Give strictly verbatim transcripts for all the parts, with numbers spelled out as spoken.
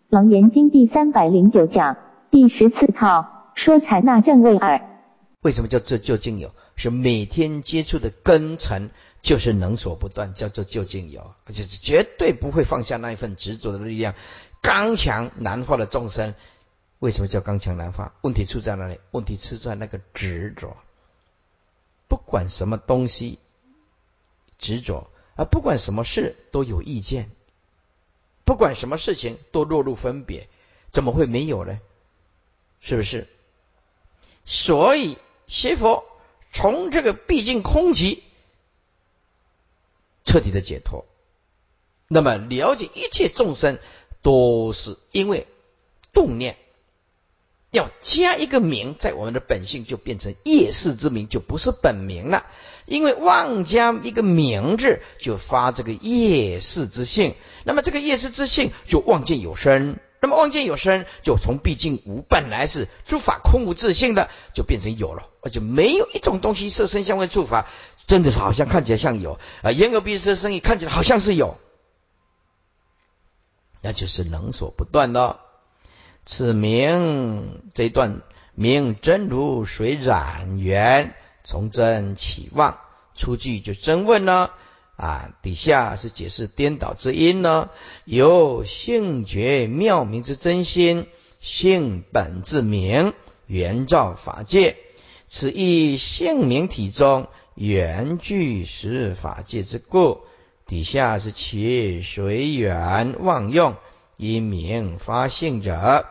楞严经第三百零九讲第十四套说禅那正位二。 为什么叫做究竟有？是每天接触的根尘就是能所不断，叫做究竟有，而且绝对不会放下那一份执着的力量，刚强难化的众生。为什么叫刚强难化？问题出在哪里？问题出在那个执着。不管什么东西执着，而不管什么事都有意见，不管什么事情都落入分别，怎么会没有呢？是不是？所以学佛从这个毕竟空寂彻底的解脱，那么了解一切众生都是因为动念，要加一个名在我们的本性，就变成业识之名，就不是本名了。因为妄加一个名字，就发这个业识之性，那么这个业识之性就妄见有生，那么妄见有生，就从毕竟无本来是诸法空无自性的，就变成有了，而且没有一种东西色声香味触法真的好像看起来像有啊，眼耳鼻舌身意看起来好像是有，那就是能所不断的。此名这一段名真如水染缘，从真起妄，出句就真问呢啊，底下是解释颠倒之因呢，由性觉妙明之真心，性本自明，原照法界，此一性明体中原具实法界之故。底下是其随缘妄用，因明发性者，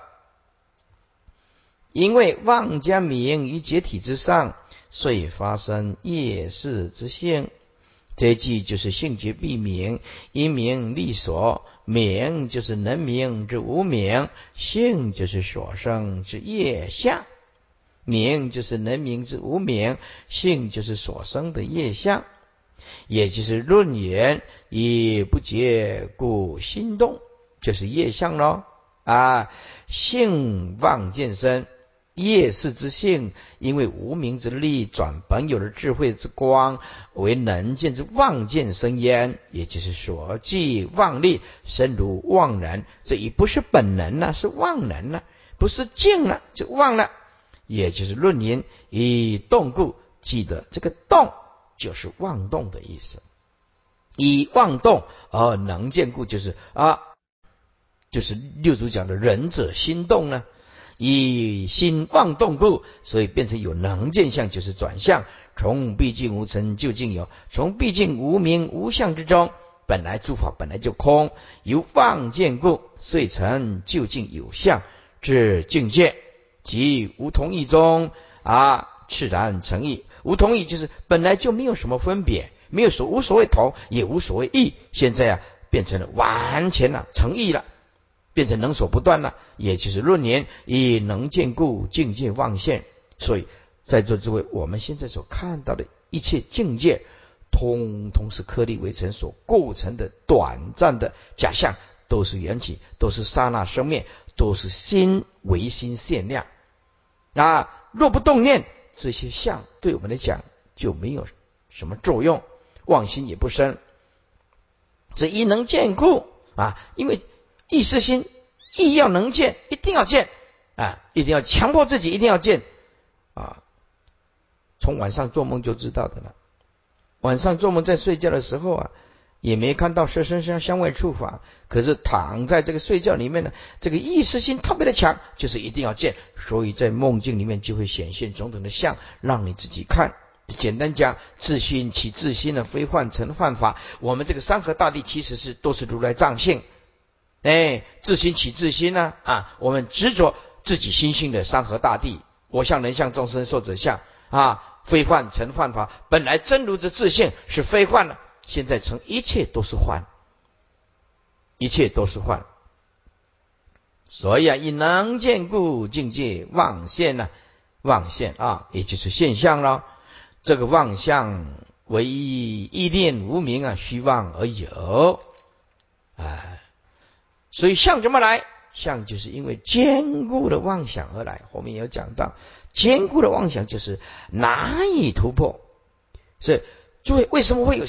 因为妄加名于解体之上，遂发生业识之性。这一句就是性觉必明，因明立所，明就是能明之无明，性就是所生之业相，明就是能明之无明，性就是所生的业相，也就是论言以不觉故心动，就是业相咯啊。性妄见身，业识之性，因为无明之力转本有的智慧之光为能见之妄见生焉，也就是所即妄力生如妄然，这已不是本能了，是妄能了，不是静了，就妄了。也就是论言以动故，记得这个动就是妄动的意思，以妄动而能见故，就是啊，就是六祖讲的仁者心动呢，以心妄动故，所以变成有能见相，就是转向，从毕竟无成究竟有，从毕竟无名无相之中，本来诸法本来就空，由妄见故，遂成究竟有相之境界，即无同义中啊，自然成义。无同义就是本来就没有什么分别，没有所无所谓同，也无所谓异，现在啊变成了完全了成义了，变成能所不断了，也就是论言以能见故境界妄现。所以在座诸位，我们现在所看到的一切境界，通通是颗粒微尘所构成的短暂的假象，都是缘起，都是刹那生灭，都是心唯心限量啊。若不动念，这些相对我们来讲就没有什么作用，妄心也不生。这一能见故啊，因为意识心意要能见，一定要见啊，一定要强迫自己一定要见啊。从晚上做梦就知道的了，晚上做梦在睡觉的时候啊，也没看到色声香香味触法，可是躺在这个睡觉里面呢，这个意识心特别的强，就是一定要见，所以在梦境里面就会显现种种的相让你自己看。简单讲，自心起自心的非幻成幻法，我们这个山河大地其实是都是如来藏性，哎，自心起自心呢 啊, 啊，我们执着自己心性的山河大地，我相人相众生寿者相啊，非幻成幻法，本来真如之自性是非幻了，现在成一切都是幻，一切都是幻。所以啊，以能见故境界妄现呢、啊，妄现啊，也就是现象了。这个妄相为意念无明啊，虚妄而有啊。所以相怎么来？相就是因为坚固的妄想而来。后面有讲到，坚固的妄想就是难以突破。所以诸位为什么会有相？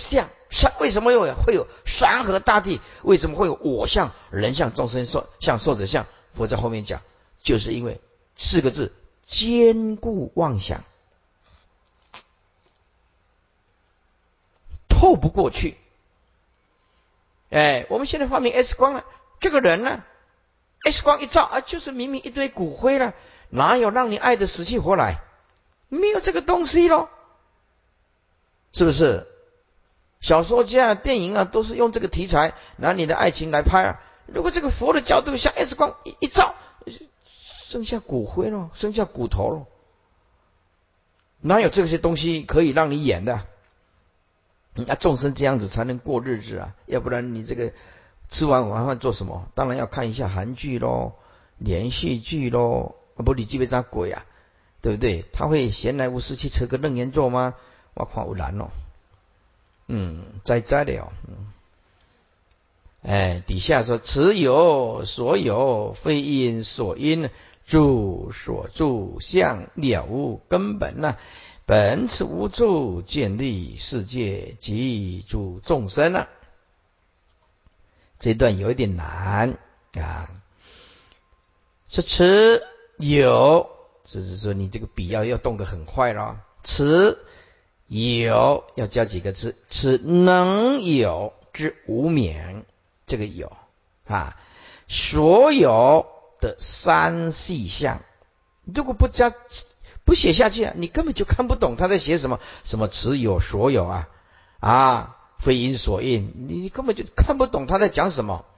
山为什么有会有山河大地？为什么会有我相、人相、众生相、寿者相？佛在后面讲，就是因为四个字：坚固妄想，透不过去。哎，我们现在发明 X 光了，这个人呢 ，X 光一照啊，就是明明一堆骨灰了，哪有让你爱的死去活来？没有这个东西咯，是不是？小说家、电影啊，都是用这个题材拿你的爱情来拍啊。如果这个佛的角度像 X 光一一照，剩下骨灰了，剩下骨头了，哪有这些东西可以让你演的？那众生这样子才能过日子啊，要不然你这个吃完晚饭做什么？当然要看一下韩剧咯，连续剧咯，不你基本上鬼啊，对不对？他会闲来无事去扯个楞严咒吗？我看有难哦。嗯，在在的哦。嗯，哎，底下说此有所有，非因所因，住所住相了无根本呐、啊。本此无住，建立世界及诸众生啊。这段有一点难啊。说此有，只是说你这个笔要要动得很快了。此有要加几个字？此能有之无明，这个有啊，所有的三细相，如果不加不写下去啊，你根本就看不懂他在写什么。什么此有所有啊啊，非因所应，你根本就看不懂他在讲什么。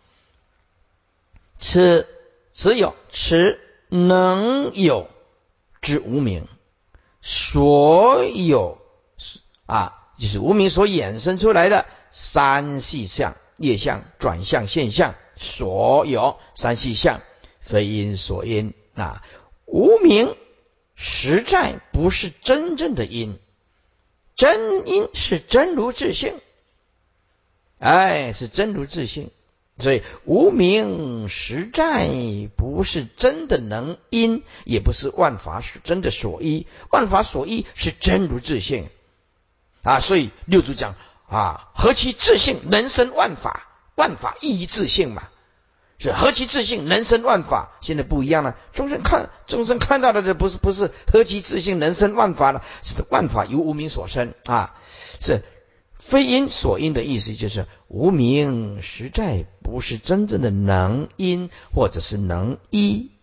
此此有，此能有之无明，所有啊，就是无明所衍生出来的三细相、业相、转向、现象，所有三细相，非因所因啊。无明实在不是真正的因，真因是真如自性，哎，是真如自性。所以无明实在不是真的能因，也不是万法是真的所依，万法所依是真如自性啊。所以六祖讲啊，何其自性能生万法，万法亦自性嘛，是何其自性能生万法。现在不一样了，众生看众生看到的这不是不是何其自性能生万法了，是万法由无明所生啊，是非因所因的意思，就是无明实在不是真正的能因或者是能依。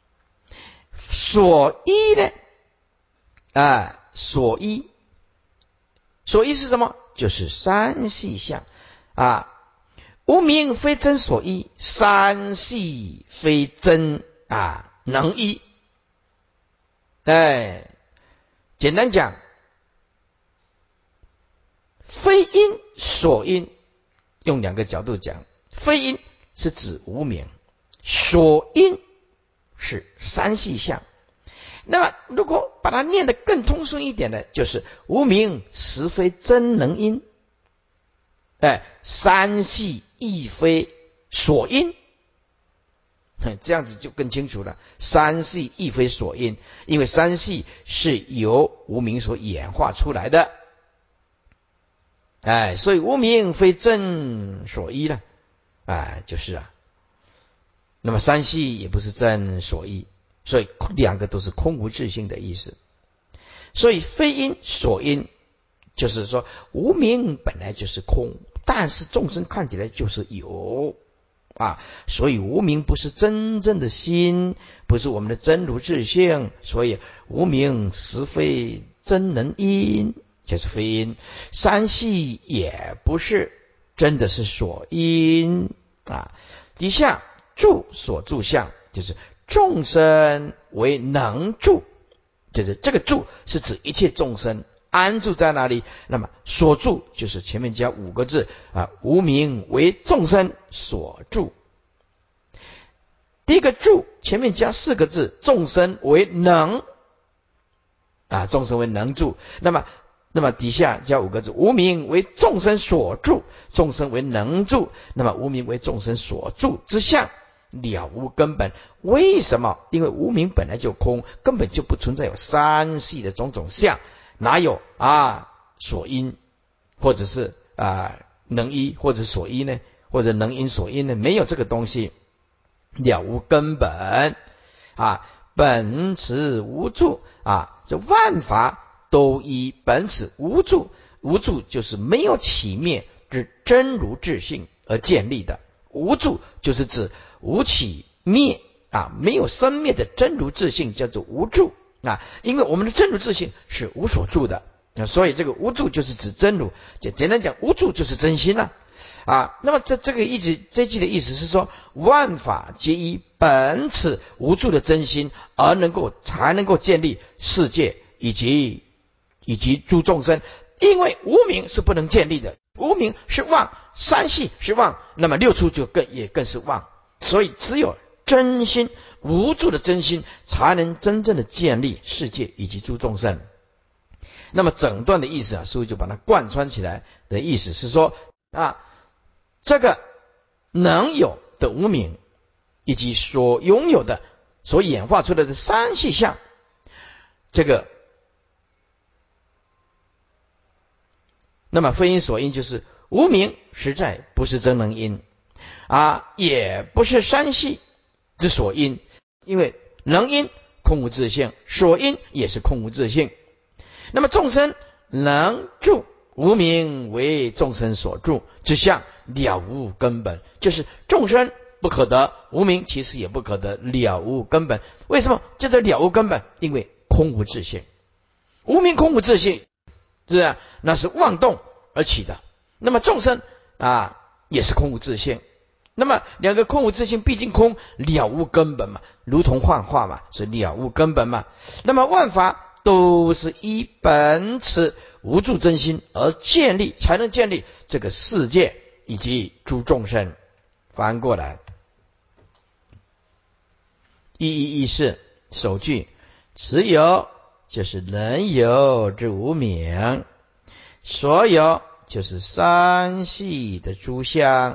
所依呢？啊，所依，所依是什么？就是三细相啊。无明非真所依，三细非真啊能依。哎，简单讲，非因所因，用两个角度讲，非因是指无明，所因是三细相。那么如果把它念得更通顺一点的，就是无明实非真能因，哎，三细亦非所因，这样子就更清楚了。三细亦非所因，因为三细是由无明所演化出来的，哎，所以无明非真所依了，哎，就是啊。那么三细也不是真所依，所以两个都是空无自性的意思。所以非因所因，就是说无明本来就是空，但是众生看起来就是有啊，所以无明不是真正的心，不是我们的真如自性，所以无明实非真能因，就是非因。三细也不是真的是所因啊。底下住所住相，就是众生为能住，就是这个住是指一切众生安住在哪里？那么所住就是前面加五个字啊，无明为众生所住。第一个住前面加四个字，众生为能啊，众生为能住。那么那么底下加五个字，无明为众生所住，众生为能住。那么无明为众生所住之相，了无根本。为什么？因为无明本来就空，根本就不存在有三细的种种相，哪有啊所因或者是啊能依或者所依呢，或者能因所因呢？没有这个东西，了无根本啊，本此无助啊，这万法都依本此无助，无助就是没有起灭之真如自性而建立的，无助就是指无起灭啊，没有生灭的真如自性叫做无助啊，因为我们的真如自性是无所住的，所以这个无助就是指真如，简单讲，无助就是真心了。啊，那么这这个意思，这句的意思是说，万法皆依本此无助的真心，而能够才能够建立世界以及以及诸众生。因为无明是不能建立的，无明是妄，三系是妄，那么六出就更也更是妄。所以只有真心无助的真心，才能真正的建立世界以及诸众生。那么整段的意思啊，所以就把它贯穿起来的意思是说啊。这个能有的无明，以及所拥有的、所演化出来的三系相，这个，那么非因所因就是无明，实在不是真能因啊，也不是三系之所因，因为能因空无自性，所因也是空无自性。那么众生能住，无明为众生所住之相。了无根本，就是众生不可得，无明其实也不可得，了无根本。为什么叫做了无根本？因为空无自性，无明空无自性，是不是？那是妄动而起的。那么众生啊，也是空无自性。那么两个空无自性，毕竟空，了无根本嘛，如同幻化嘛，是了无根本嘛。那么万法都是依本此无助真心而建立，才能建立这个世界以及诸众生。翻过来，一一一四首句，此有就是能有之无明，所有就是三系的诸相。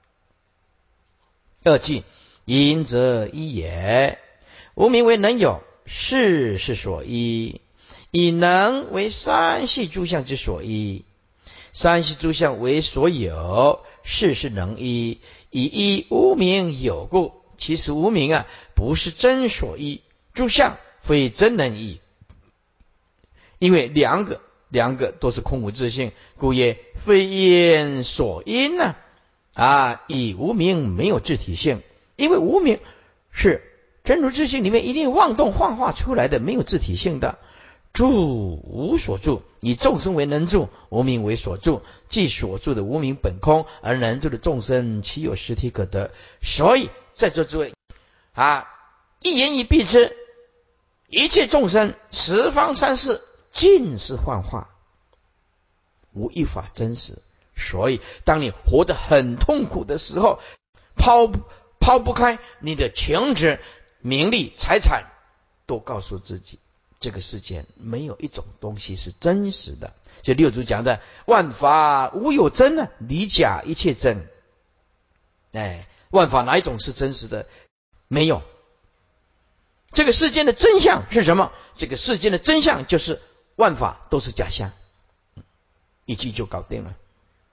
二句，因则一也，无明为能有，事是所依，以能为三系诸相之所依，三系诸相为所有，事是能依，以依无明有故。其实无明啊，不是真所依，诸相非真能依，因为两个两个都是空无自性，故曰非因所因呢、啊。啊，以无明没有自体性，因为无明是真如自性里面一定妄动幻化出来的，没有自体性的。住无所住，以众生为能住，无明为所住，即所住的无明本空，而能住的众生岂有实体可得？所以在座诸位啊，一言以蔽之，一切众生十方三世尽是幻化，无一法真实。所以当你活得很痛苦的时候，抛抛不开你的情执、名利、财产，都告诉自己这个世界没有一种东西是真实的。就六祖讲的万法无有真呢、啊，离假一切真。哎，万法哪一种是真实的？没有。这个世间的真相是什么？这个世间的真相就是万法都是假象，一句就搞定了。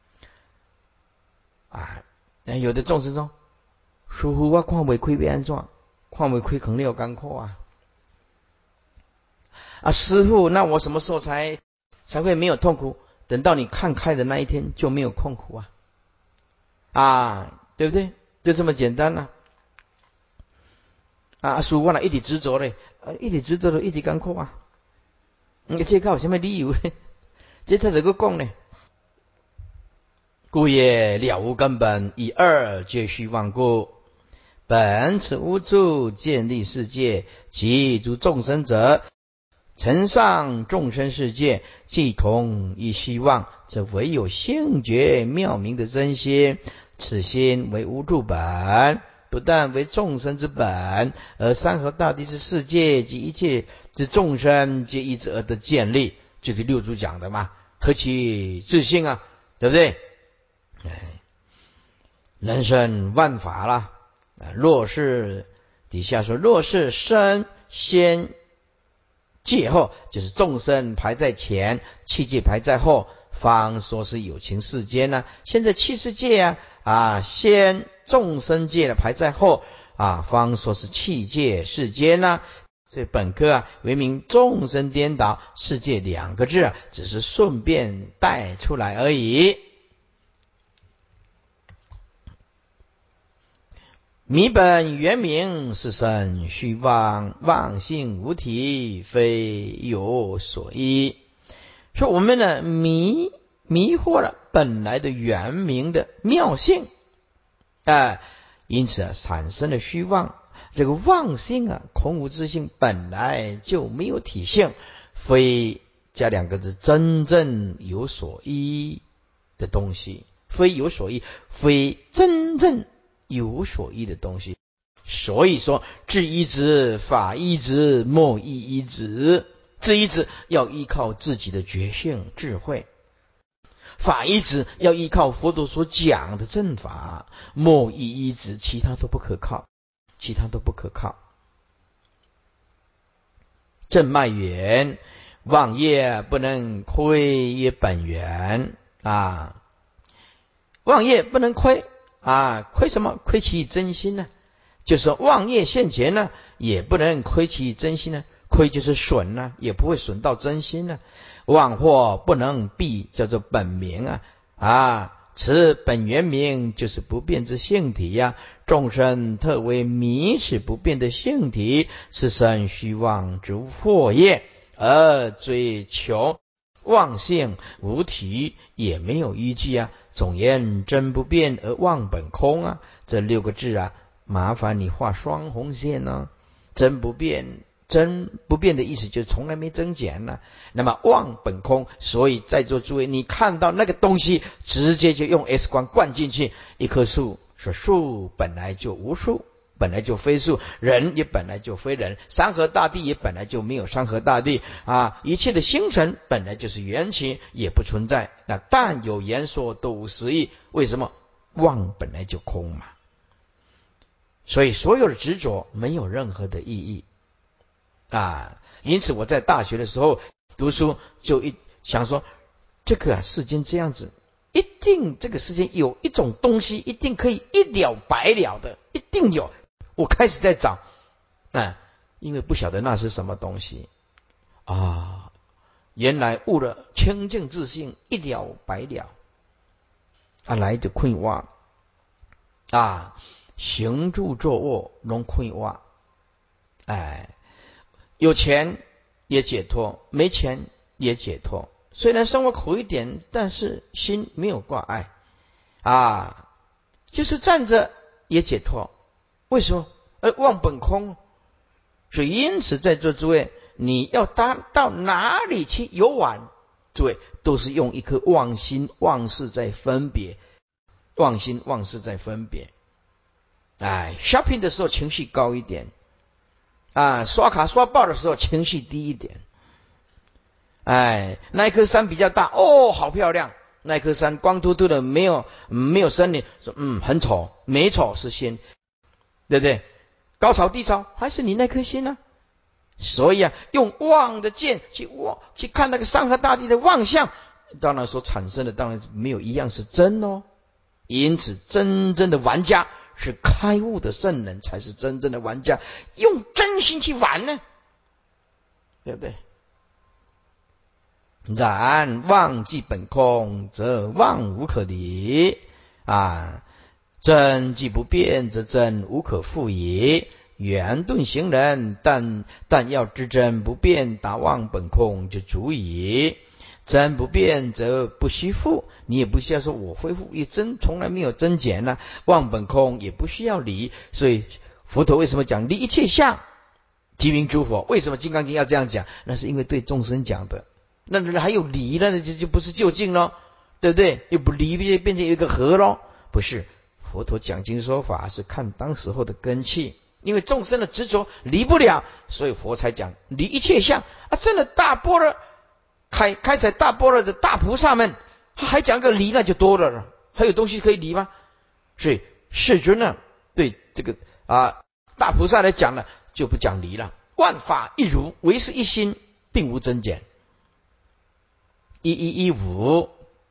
啊，有的众生说，师父我看不开要安怎？看不开肯定有艰苦啊。啊，师父，那我什么时候才才会没有痛苦？等到你看开的那一天就没有痛苦啊！啊，对不对？就这么简单啊！啊，师父我哪一直执着嘞？啊，一直执着了，一直艰苦啊！你这靠什么理由呢？这他这个讲呢？故曰了无根本，以二皆虚妄故。本此无助建立世界，其诸众生者，尘上众生世界，既同一虚妄，则唯有性觉妙明的真心。此心为无助本，不但为众生之本，而山河大地之世界及一切之众生，皆依之而得建立。这个六祖讲的嘛，何其自信啊，对不对？哎，人生万法啦，若是底下说，若是身先界后，就是众生排在前，器界排在后， 方说是有情世间呢、啊。现在七世界啊啊，先众生界的排在后啊，方说是器界世间呢、啊。所以本科啊为名众生颠倒世界两个字啊，只是顺便带出来而已。迷本原名是生虚妄，妄性无体，非有所依。说我们呢迷迷惑了本来的原名的妙性，啊、呃，因此啊产生了虚妄。这个妄性啊，空无自性，本来就没有体性，非加两个字真正有所依的东西，非有所依，非真正有所依的东西。所以说智依止、法依止、莫依依止。智依止要依靠自己的觉性智慧，法依止要依靠佛陀所讲的正法，莫依依止其他都不可靠，其他都不可靠。正脉源，妄业不能亏于本源啊，妄业不能亏啊，亏什么？亏其真心呢？就是说妄业现前呢，也不能亏其真心呢。亏就是损呢、啊，也不会损到真心呢、啊。妄惑不能避，叫做本名啊啊，此本源名就是不变之性体呀、啊。众生特为迷此不变的性体，是生虚妄之惑业，而追求妄性无体，也没有依据啊。总言真不变而妄本空啊，这六个字啊，麻烦你画双红线呢、啊。真不变。真不变的意思就是从来没增减呢、啊。那么妄本空，所以在座诸位，你看到那个东西，直接就用 X 光灌进去。一棵树，说树本来就无树，本来就非树；人也本来就非人；山河大地也本来就没有山河大地啊！一切的星辰本来就是缘起，也不存在。那但有言说，都无实义。为什么？妄本来就空嘛。所以所有的执着没有任何的意义。啊，因此我在大学的时候读书，就一想说，这个啊世间这样子，一定这个世间有一种东西，一定可以一了百了的，一定有。我开始在找，啊，因为不晓得那是什么东西啊，原来悟了清净自性，一了百了，啊来的困惑啊，行住坐卧拢困惑，哎。有钱也解脱，没钱也解脱。虽然生活苦一点，但是心没有挂碍啊，就是站着也解脱。为什么？而忘本空。所以因此在座诸位，你要达到哪里去游玩，诸位都是用一颗妄心妄事在分别，妄心妄事在分别。哎 ，shopping 的时候情绪高一点。啊，刷卡刷爆的时候情绪低一点。哎，那一颗山比较大，哦，好漂亮。那一颗山光秃秃的，没有没有森林，说嗯很丑，美丑是心，对不对？高潮低潮还是你那颗心呢、啊？所以啊，用望的剑去望去看那个山河大地的望相，当然所产生的当然没有一样是真哦。因此，真正的玩家。是开悟的圣人才是真正的玩家，用真心去玩呢，对不对？然妄即本空，则妄无可离啊！真既不变，则真无可复也。圆顿行人，但但要知真不变，达妄本空就足矣。真不变则不虚复，你也不需要说我恢复，也真从来没有增减呢、啊。妄本空也不需要离，所以佛陀为什么讲离一切相，即名诸佛？为什么《金刚经》要这样讲？那是因为对众生讲的。那还有离了，那就就不是究竟了，对不对？又不离，变成一个合咯？不是，佛陀讲经说法是看当时候的根器，因为众生的执着离不了，所以佛才讲离一切相啊！真的大般若开开采大般若的大菩萨们，他还讲个离，那就多了了。还有东西可以离吗？所以世尊呢，对这个啊大菩萨来讲呢，就不讲离了。万法一如，唯是一心，并无增减。一一一五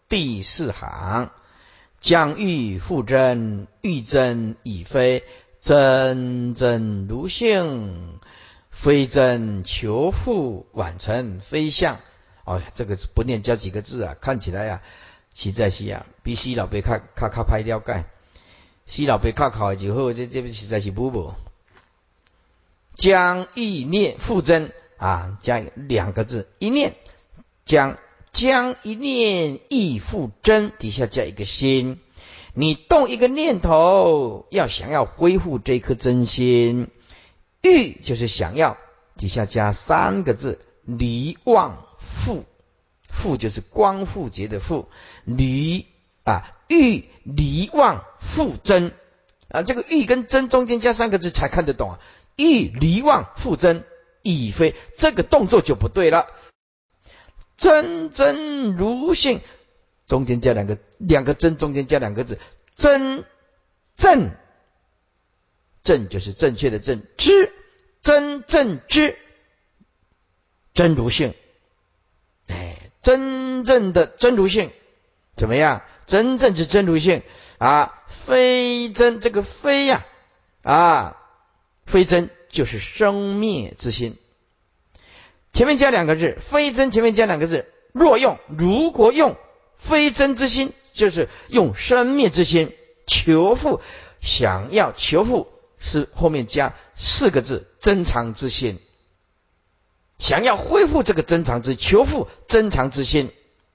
第四行，将欲复真，欲真已非，真真如性，非真求复，晚成非相。哦，这个不念加几个字啊，看起来啊，实在是啊，比西老伯较较较歹了解。西老伯较考就好，这这实在是不无。将意念复真啊，加两个字，一念将将一念意复真，底下加一个心。你动一个念头，要想要恢复这颗真心，欲就是想要，底下加三个字，离妄复，复就是光复节的复，离啊欲离妄复真啊，这个欲跟真中间加三个字才看得懂啊。欲离妄复真已非，这个动作就不对了。真真如性，中间加两个两个真，中间加两个字，真正正就是正确的正，知真正知真如性，哎，真正的真如性怎么样？真正是真如性啊，非真，这个非呀 啊, 啊，非真就是生灭之心。前面加两个字，非真前面加两个字，若用如果用非真之心，就是用生灭之心求复，想要求复是后面加四个字，珍藏之心，想要恢复这个珍藏之求复珍藏之心，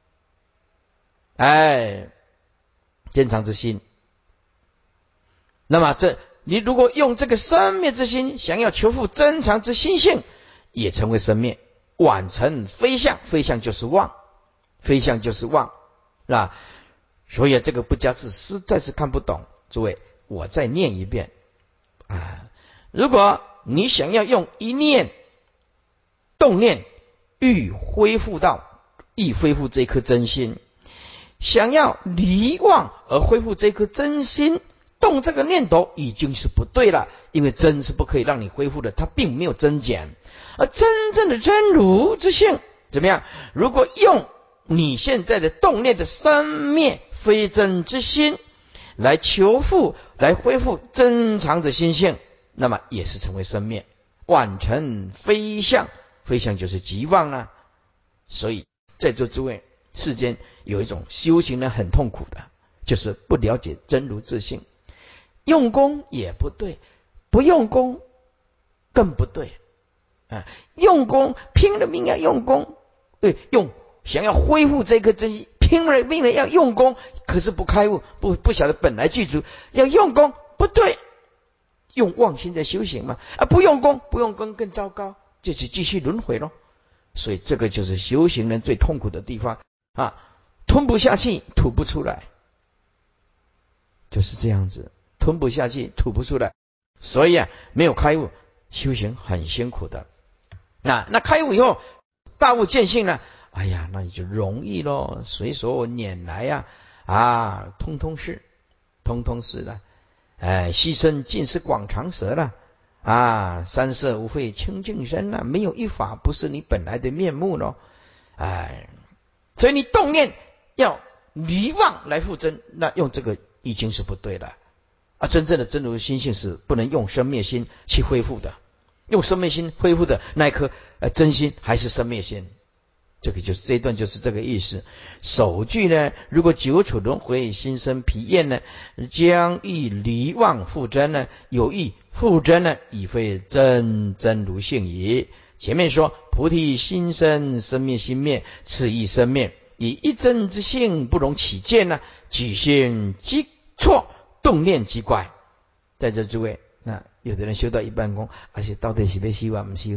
哎，珍藏之心。那么这你如果用这个生灭之心想要求复珍藏之心性，也成为生灭，晚成非相，非相就是妄，非相就是妄，那所以这个不加字实在是看不懂。诸位，我再念一遍啊！如果你想要用一念动念欲恢复到欲恢复这颗真心，想要离妄而恢复这颗真心，动这个念头已经是不对了，因为真是不可以让你恢复的，它并没有增减。而真正的真如之性怎么样？如果用你现在的动念的生灭非真之心来求复，来恢复珍藏的心性，那么也是成为生灭，晚成非相，非相就是极妄啊。所以在座诸位，世间有一种修行人很痛苦的，就是不了解真如自性，用功也不对，不用功更不对啊！用功拼了命要用功，对，用想要恢复这颗真心，拼了命的要用功，可是不开悟，不不晓得本来具足，要用功不对，用妄心在修行嘛啊！不用功，不用功更糟糕，就是继续轮回咯。所以这个就是修行人最痛苦的地方啊！吞不下气，吐不出来，就是这样子，吞不下气，吐不出来，所以啊，没有开悟，修行很辛苦的。那那开悟以后，大悟见性呢？哎呀，那你就容易咯，随所拈来呀、啊，啊，通通是，通通是了。哎，牺牲尽是广长舌了，啊，三色无废清净身了，没有一法不是你本来的面目咯。哎，所以你动念要离妄来复真，那用这个已经是不对了啊！真正的真如心性是不能用生灭心去恢复的，用生灭心恢复的那一颗呃真心还是生灭心。这个就是这一段就是这个意思。首句呢，如果久处轮回，心生疲厌呢，将欲离妄复真呢，有意复真呢，已非真真如性也。前面说菩提心生，生灭心灭，此亦生灭，以一真之性不容起见呢，举心即错，动念即怪。在这诸位，那有的人修到一半功，而且到底是要修还不修？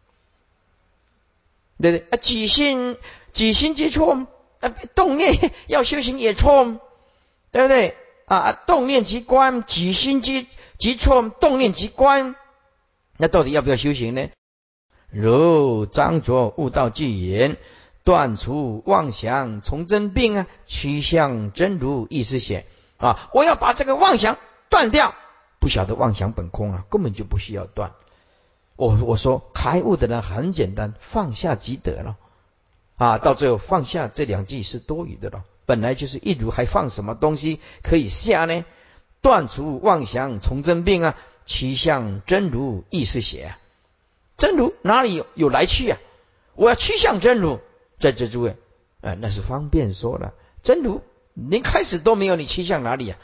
对不对啊？举心举心即错啊，动念要修行也错，对不对啊？动念即观，举心即即错，动念即观，那到底要不要修行呢？如张卓悟道具言，断除妄想，从真病啊，趋向真如意识显啊！我要把这个妄想断掉，不晓得妄想本空啊，根本就不需要断。我我说开悟的人很简单，放下即得了啊！到最后放下这两句是多余的了， 本来就是一如，还放什么东西可以下呢？断除妄想从真病啊，其相真如亦是邪啊。真如哪里有有来去啊？我要趋向真如，在这诸位，啊、呃，那是方便说了。真如连开始都没有，你趋向哪里啊？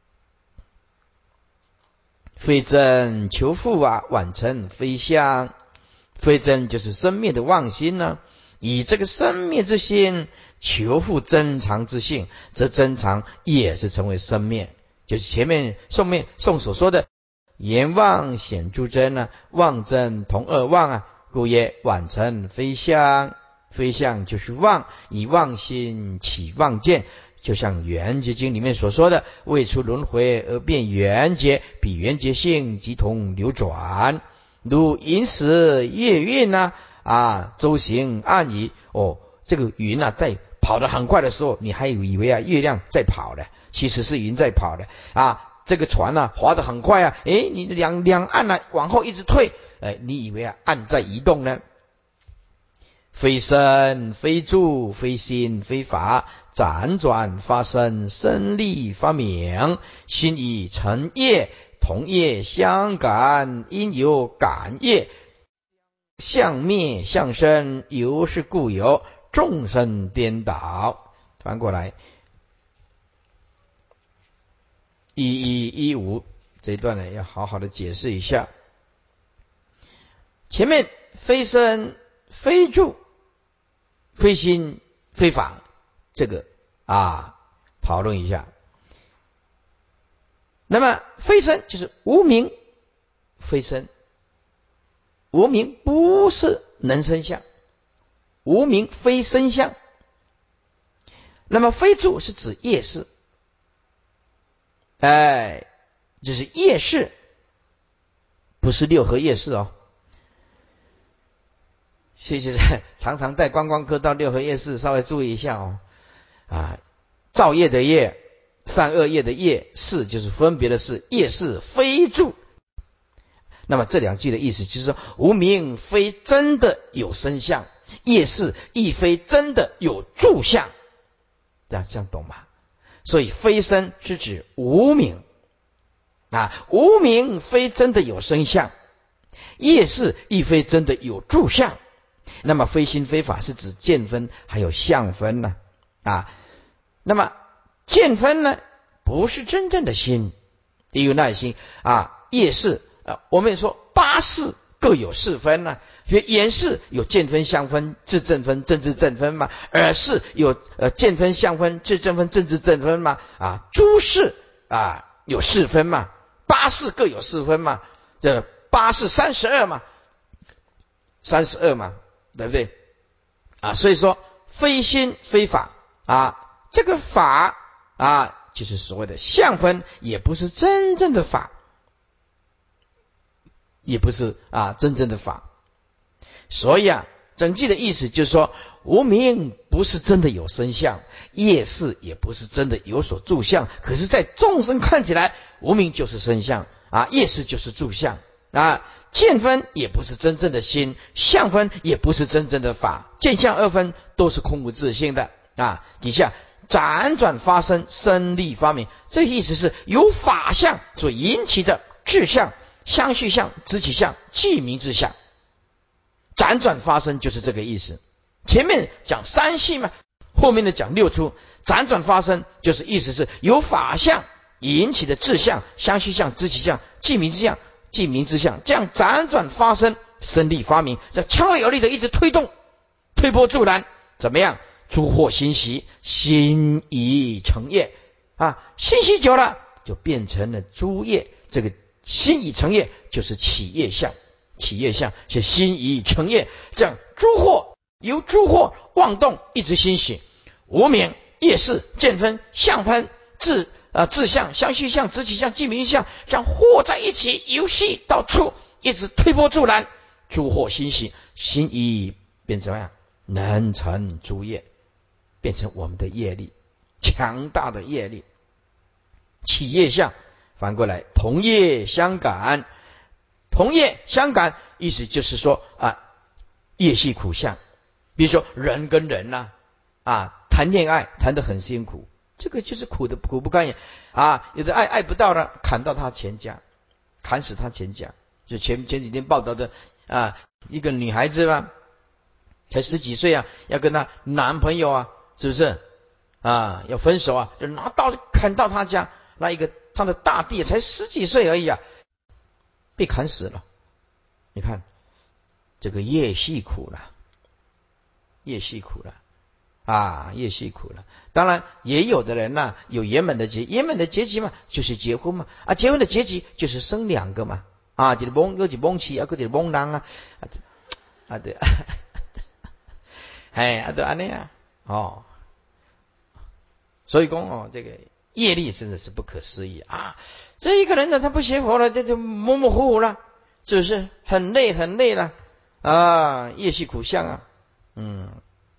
非真求复啊，晚成非相。非真就是生灭的妄心呢、啊，以这个生灭之心求复真常之性，则真常也是成为生灭，就是前面宋面宋所说的言妄显诸真呢、啊，妄真同二妄啊，故曰晚成非相。非相就是妄，以妄心起妄见，就像圆觉经里面所说的，未出轮回而变圆觉，比圆觉性即同流转。如银时月运呐、啊，啊，周行暗移哦，这个云啊，在跑得很快的时候，你还以为啊月亮在跑的，其实是云在跑的啊。这个船啊划得很快啊，诶，你两两岸啊往后一直退，哎，你以为啊岸在移动呢？非身非住非心非法，辗转发生，生力发明，心以成业。同业相感，因有感业，相灭相生，由是故有众生颠倒。翻过来，一一一五这一段呢，要好好的解释一下。前面非身非住非心非法，这个啊讨论一下。那么非身就是无明非身，无明不是能生相，无明非身相。那么非住是指业事，哎，就是业事，不是六合业事哦。谢谢，常常带观光客到六合夜市，稍微注意一下哦。啊，造业的业，善恶业的业，事就是分别的事，业事非住。那么这两句的意思就是说，无明非真的有生相，业事亦非真的有住相。这样这样懂吗？所以非身是指无明啊，无明非真的有生相，业事亦非真的有住相。那么非心非法是指见分还有相分呢 啊, 啊，那么见分呢不是真正的心，也有耐心啊，业事啊，我们也说八事各有事分呢、啊，所以眼事有见分相分智正分正智正分嘛，耳事有呃见分相分智正分正智正分嘛，啊，诸事啊有事分嘛，八事各有事分嘛，这八事三十二嘛，三十二嘛。对不对啊？所以说非心非法啊，这个法啊就是所谓的相分，也不是真正的法，也不是啊真正的法。所以啊，整句的意思就是说，无明不是真的有生相，业事也不是真的有所住相，可是在众生看起来，无明就是生相啊，业事就是住相啊。见分也不是真正的心，相分也不是真正的法，见相二分都是空无自性的啊。底下辗转发生，生力发明，这意思是由法相所引起的志相、相续相、知起相、记名之相，辗转发生就是这个意思。前面讲三系嘛，后面的讲六出，辗转发生就是意思是由法相引起的志相、相续相、知起相、记名之相。记名之相，这样辗转发生，生力发明，这强而有力的一直推动，推波助澜，怎么样？诸惑心习，心已成业啊，心习久了就变成了诸业。这个心已成业就是起业相，起业相是心已成业，这样诸惑由诸惑妄动一直心喜，无明业事见分相分智。啊，志相、相续相、知起相、记名相，这样和在一起，由细到粗，一直推波助澜，诸惑心喜，心意变怎么样？能成诸业，变成我们的业力，强大的业力。起业相，反过来，同业相感，同业相感，意思就是说啊，业系苦相。比如说人跟人呐、啊，啊， 谈恋爱谈得很辛苦，这个就是苦的苦不堪言啊！有的爱爱不到了，砍到他全家，砍死他全家。就前前几天报道的啊，一个女孩子嘛，才十几岁啊，要跟她男朋友啊，是不是啊？要分手啊，就拿刀砍到他家，那一个他的大弟才十几岁而已啊，被砍死了。你看这个业系苦了，业系苦了啊，业系苦了。当然也有的人呢、啊，有圆满的结，圆满的结局嘛，就是结婚嘛，啊，结婚的结局就是生两个嘛，啊，就是蒙，又是蒙妻，啊，又是蒙人啊，啊对，哎，啊对安尼啊，哦，所以讲哦，这个业力真的是不可思议啊！这一个人呢，他不学佛了，这就模模糊糊了，是不是很累很累了啊？业系苦相啊，嗯。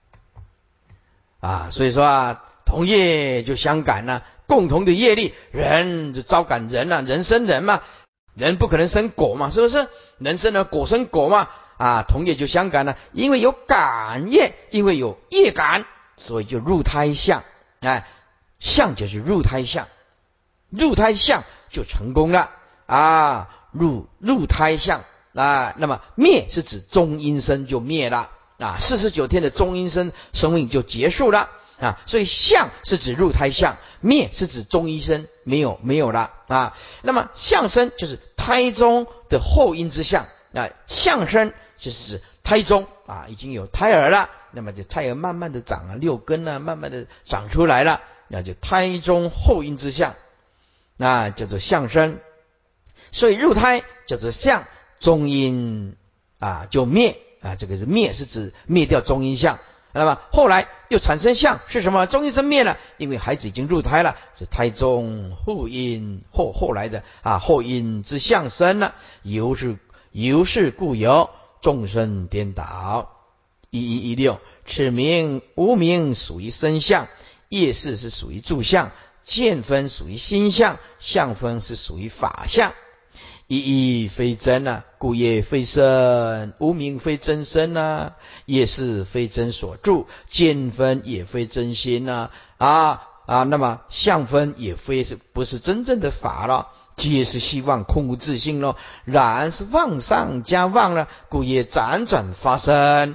啊，所以说啊，同业就相感呐、啊，共同的业力，人就招感人呐、啊，人生人嘛，人不可能生果嘛，是不是？人生了果生果嘛，啊，同业就相感了、啊，因为有感业，因为有业感，所以就入胎相，哎，相就是入胎相，入胎相就成功了啊，入入胎相啊，那么灭是指中阴身就灭了。啊，四十九天的中阴身生命就结束了啊，所以相是指入胎相，灭是指中阴身没有没有了啊。那么相身就是胎中的后阴之相啊，相身就是指胎中啊已经有胎儿了，那么就胎儿慢慢的长啊，六根啊慢慢的长出来了，那就胎中后阴之相，那叫做相身。所以入胎叫做相，中阴啊就灭。啊，这个是灭，是指灭掉中阴相。那么后来又产生相是什么？中阴身灭了，因为孩子已经入胎了，是胎中后阴后后来的啊后阴之相生了，由是由是故有众生颠倒。一一一六，此名无名属于身相，业事是属于住相，见分属于心相，相分是属于法相。一一非真啊，故业非身，无名非真身啊，业是非真所住，见分也非真心啊啊啊，那么相分也非是不是真正的法了，皆是希望空无自性咯，然是妄上加妄了，故业辗转发生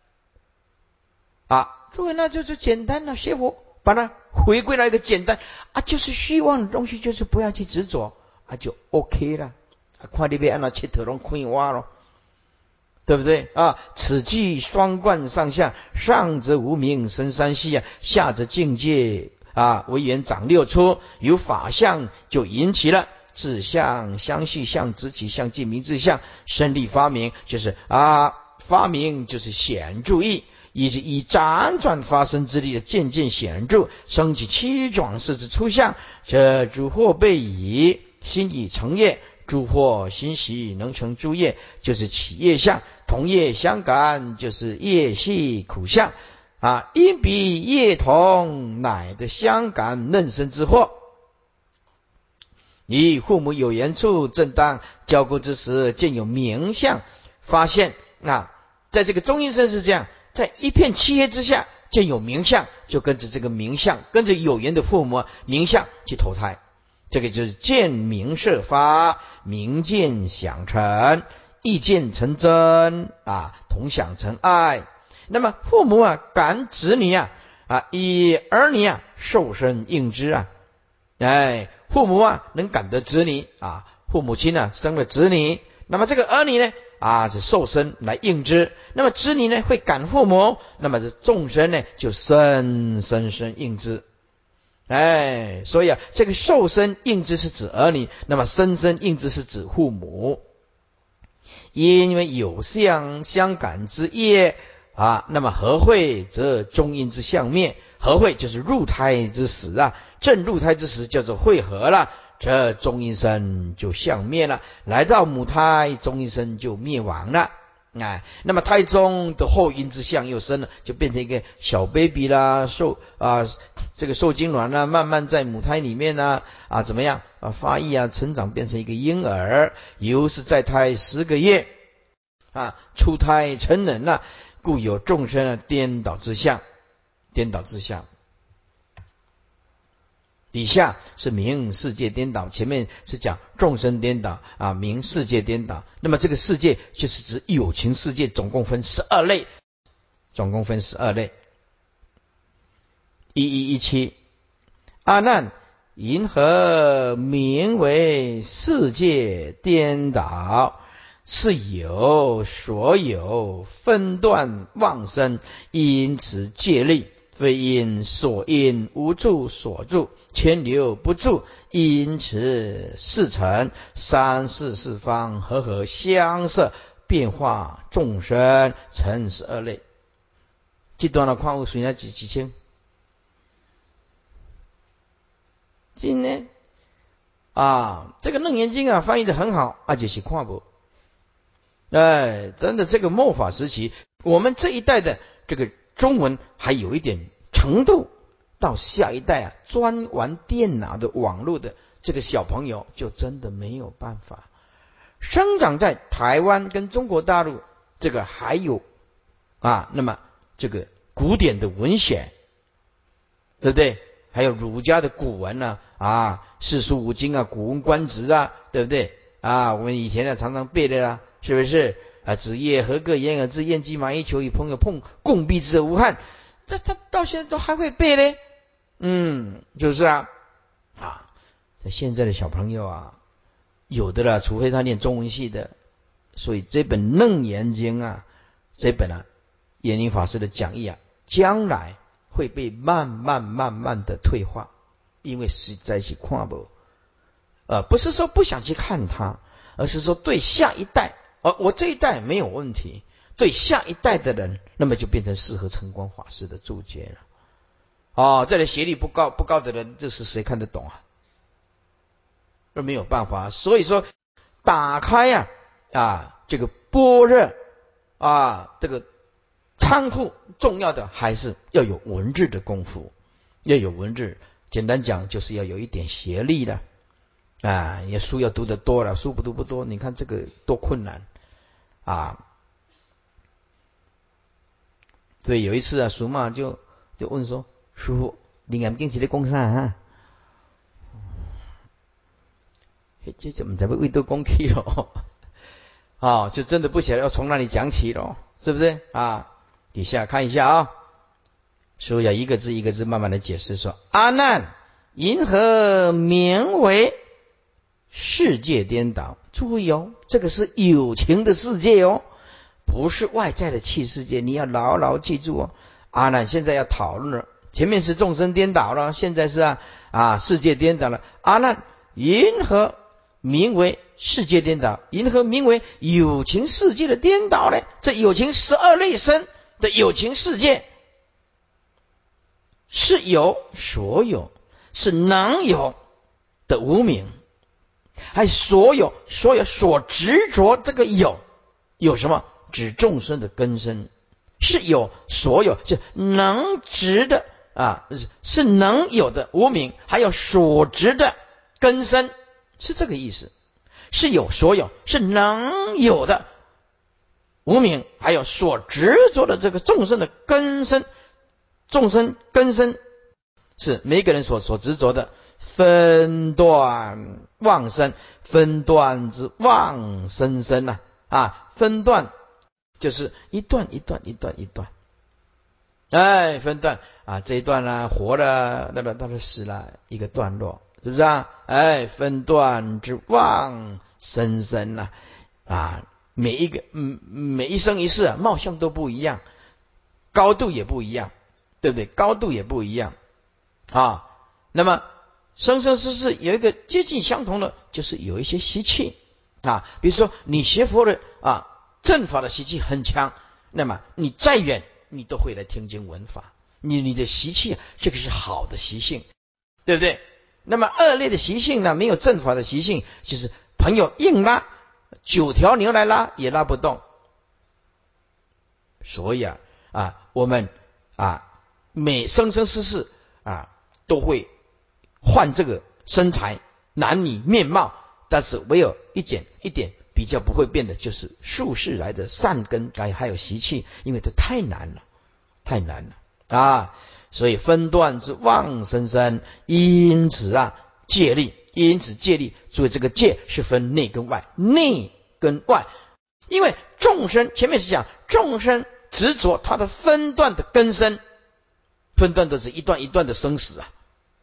啊。诸位，那就是简单了，学佛把它回归到一个简单啊，就是虚妄的东西，就是不要去执着啊，就 OK 了。看你要按那切头拢开挖咯，对不对啊？此即双贯上下，上则无名生三系啊，下则境界啊为缘长六出，有法相就引起了自相、相续相、执起相、即名自相，生立发明，就是啊发明就是显著义，以及以辗转发生之力的渐渐显著，升起七转世之出相，这诸惑备矣，心已成业。诸惑心喜能成诸业，就是起业相，同业相感，就是业系苦相啊。因彼业同，乃得相感嫩生之惑。以父母有缘处，正当交媾之时，见有明相发现啊，在这个中阴身是这样，在一片漆黑之下见有明相，就跟着这个明相，跟着有缘的父母明相去投胎。这个就是见明设发，明见想成，意见成真啊，同想成爱。那么父母啊感子女啊啊，以儿女啊受身应之啊，哎，父母啊能感得子女啊，父母亲呢、啊、生了子女，那么这个儿女呢啊是受身来应之，那么子女呢会感父母，那么这众生呢就生生生应之。哎，所以啊，这个受身应之是指儿女，那么生身应之是指父母。因为有相相感之业啊，那么合会则中阴之相灭，合会就是入胎之时啊，正入胎之时叫做会合了，这中阴身就相灭了，来到母胎，中阴身就灭亡了。哎，那么胎中的后阴之相又生了，就变成一个小 baby 啦，受啊这个受精卵啦，慢慢在母胎里面呢 啊, 啊怎么样啊发育啊成长，变成一个婴儿，由是在胎十个月啊，出胎成人了，故有众生啊颠倒之相，颠倒之相底下是名世界颠倒，前面是讲众生颠倒啊，名世界颠倒。那么这个世界就是指有情世界，总共分十二类，总共分十二类。一一一七，阿难，云何名为世界颠倒？是有所有分段妄生，因此戒律，非因所因无住所住，千流不住，因此四尘三世四方和合相摄，变化众生成十二类。这段的矿物水呢几几千？今天啊，这个楞严经啊翻译的很好，而且是看不。哎，真的，这个末法时期，我们这一代的这个中文还有一点程度，到下一代啊，专玩电脑的、网络的这个小朋友，就真的没有办法。生长在台湾跟中国大陆，这个还有啊，那么这个古典的文献，对不对？还有儒家的古文呢、啊，啊，四书五经啊，古文观止啊，对不对？啊，我们以前呢常常背的啦。是不是啊？子夜何个言而至？燕鸡马衣裘与朋友碰，共避之而无憾。这他到现在都还会背嘞。嗯，就是啊啊，这现在的小朋友啊，有的啦，除非他念中文系的，所以这本《楞严经》啊，这本啊，延宁法师的讲义啊，将来会被慢慢慢慢的退化，因为实在是看不，呃，不是说不想去看它，而是说对下一代。而我这一代没有问题，对下一代的人，那么就变成适合成光法师的注解了。哦，这里学历不高不高的人，这是谁看得懂啊？这没有办法。所以说，打开呀 啊, 啊这个般若啊，这个仓库，重要的还是要有文字的功夫，要有文字。简单讲，就是要有一点学历的啊，也书要读得多了，书不读不多，你看这个多困难。啊，所以有一次啊，苏妈就就问说：“师父，楞严经是咧讲啥啊？”这怎么才会为都讲起咯？啊，就真的不晓得要从哪里讲起咯，是不是啊？底下看一下啊，师父要一个字一个字慢慢的解释说：“阿难，云何名为世界颠倒？”注意哦，这个是有情的世界哦，不是外在的气世界，你要牢牢记住哦。阿难现在要讨论了，前面是众生颠倒了，现在是啊啊世界颠倒了。阿难，云何名为世界颠倒？云何名为有情世界的颠倒呢？这有情十二类生的有情世界，是有所有，是能有的无明。还所有所有所执着这个有有什么？指众生的根身，是有所有，是能执的啊，是能有的无明，还有所执的根身，是这个意思。是有所有，是能有的无明，还有所执着的这个众生的根身，众生根身是每个人所所执着的。分段妄生，分段之妄生生啊啊！分段就是一段一段一段一段，哎，分段啊，这一段啦、啊、活了，那个到了死了，一个段落，是不是啊？哎，分段之妄生生啊啊！每一个嗯每一生一世啊，貌相都不一样，高度也不一样，对不对？高度也不一样啊。那么生生世世有一个接近相同的，就是有一些习气啊，比如说你学佛的啊，正法的习气很强，那么你再远你都会来听经闻法，你你的习气这个是好的习性，对不对？那么恶劣的习性呢，没有正法的习性，就是朋友硬拉九条牛来拉也拉不动。所以啊啊，我们啊每生生世世啊都会换这个身材、男女面貌，但是唯有一点一点比较不会变的，就是宿世来的善根还有习气，因为这太难了，太难了啊！ 所以分段之妄生生，因此啊戒力，因此戒力，所以这个戒是分内跟外，内跟外，因为众生前面是讲众生执着它的分段的根生，分段都是一段一段的生死啊，